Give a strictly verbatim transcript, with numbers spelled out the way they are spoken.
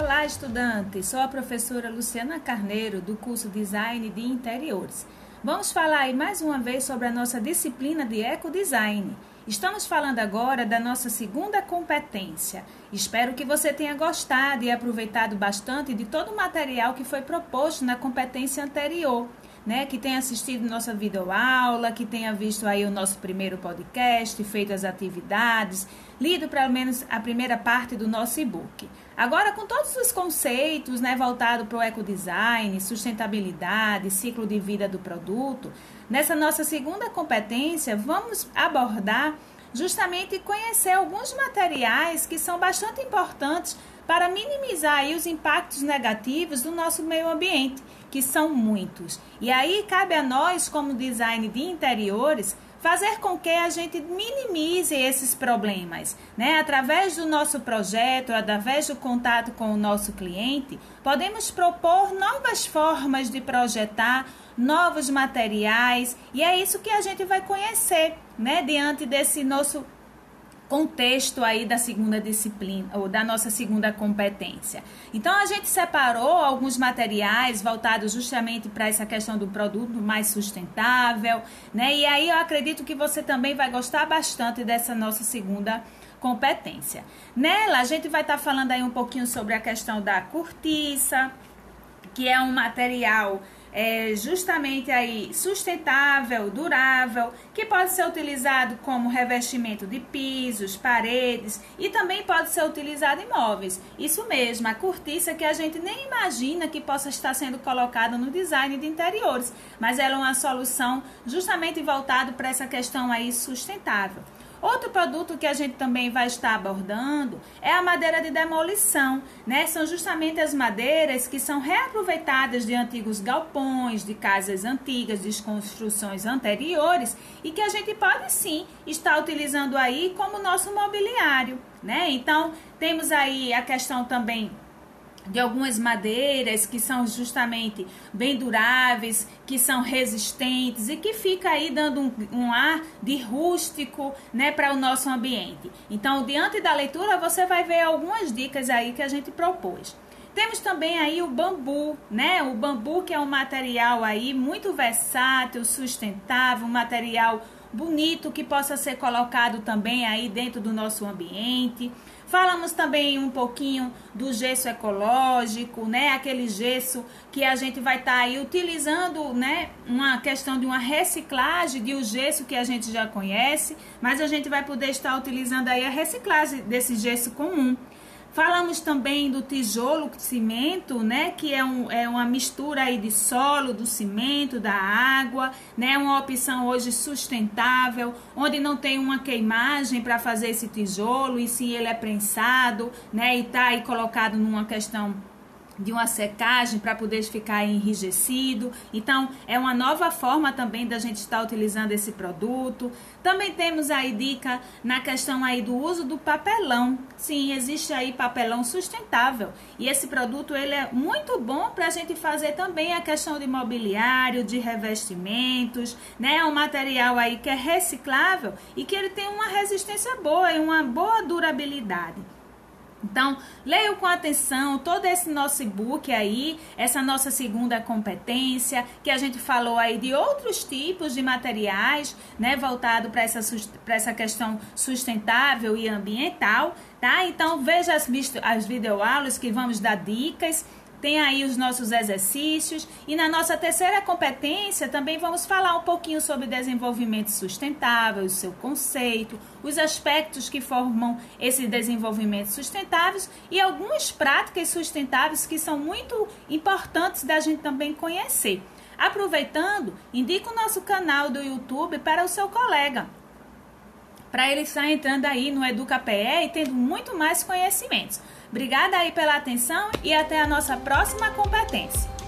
Olá, estudante! Sou a professora Luciana Carneiro, do curso Design de Interiores. Vamos falar aí mais uma vez sobre a nossa disciplina de Ecodesign. Estamos falando agora da nossa segunda competência. Espero que você tenha gostado e aproveitado bastante de todo o material que foi proposto na competência anterior, né? Que tenha assistido nossa videoaula, que tenha visto aí o nosso primeiro podcast, feito as atividades, lido pelo menos a primeira parte do nosso e-book. Agora, com todos os conceitos, né, voltados para o ecodesign, sustentabilidade, ciclo de vida do produto, nessa nossa segunda competência, vamos abordar justamente conhecer alguns materiais que são bastante importantes para minimizar aí os impactos negativos do nosso meio ambiente, que são muitos. E aí cabe a nós, como design de interiores, fazer com que a gente minimize esses problemas, né? Através do nosso projeto, através do contato com o nosso cliente, podemos propor novas formas de projetar, novos materiais, e é isso que a gente vai conhecer, né? Diante desse nosso contexto aí da segunda disciplina, ou da nossa segunda competência. Então, a gente separou alguns materiais voltados justamente para essa questão do produto mais sustentável, né? E aí eu acredito que você também vai gostar bastante dessa nossa segunda competência. Nela, a gente vai estar falando aí um pouquinho sobre a questão da cortiça, que é um material É justamente aí sustentável, durável, que pode ser utilizado como revestimento de pisos, paredes e também pode ser utilizado em móveis. Isso mesmo, a cortiça que a gente nem imagina que possa estar sendo colocada no design de interiores, mas ela é uma solução justamente voltada para essa questão aí sustentável. Outro produto que a gente também vai estar abordando é a madeira de demolição, né? São justamente as madeiras que são reaproveitadas de antigos galpões, de casas antigas, de construções anteriores e que a gente pode sim estar utilizando aí como nosso mobiliário, né? Então, temos aí a questão também de algumas madeiras que são justamente bem duráveis, que são resistentes e que fica aí dando um, um ar de rústico, né, para o nosso ambiente. Então, diante da leitura, você vai ver algumas dicas aí que a gente propôs. Temos também aí o bambu, né? O bambu que é um material aí muito versátil, sustentável, um material bonito que possa ser colocado também aí dentro do nosso ambiente. Falamos também um pouquinho do gesso ecológico, né? Aquele gesso que a gente vai estar tá aí utilizando, né? Uma questão de uma reciclagem de o gesso que a gente já conhece, mas a gente vai poder estar utilizando aí a reciclagem desse gesso comum. Falamos também do tijolo cimento, né, que é, um, é uma mistura aí de solo, do cimento, da água, né, uma opção hoje sustentável, onde não tem uma queimagem para fazer esse tijolo, e sim ele é prensado, né, e tá aí colocado numa questão de uma secagem para poder ficar enrijecido. Então, é uma nova forma também da gente estar utilizando esse produto. Também temos aí dica na questão aí do uso do papelão. Sim, existe aí papelão sustentável. E esse produto, ele é muito bom para a gente fazer também a questão de mobiliário, de revestimentos, né? É um material aí que é reciclável e que ele tem uma resistência boa e uma boa durabilidade. Então, leiam com atenção todo esse nosso e-book aí, essa nossa segunda competência, que a gente falou aí de outros tipos de materiais, né, voltado para essa, para essa questão sustentável e ambiental, tá? Então, veja as, as videoaulas que vamos dar dicas. Tem aí os nossos exercícios e na nossa terceira competência também vamos falar um pouquinho sobre desenvolvimento sustentável, o seu conceito, os aspectos que formam esse desenvolvimento sustentável e algumas práticas sustentáveis que são muito importantes da gente também conhecer. Aproveitando, indica o nosso canal do YouTube para o seu colega, para ele estar entrando aí no EducaPE e tendo muito mais conhecimentos. Obrigada aí pela atenção e até a nossa próxima competência.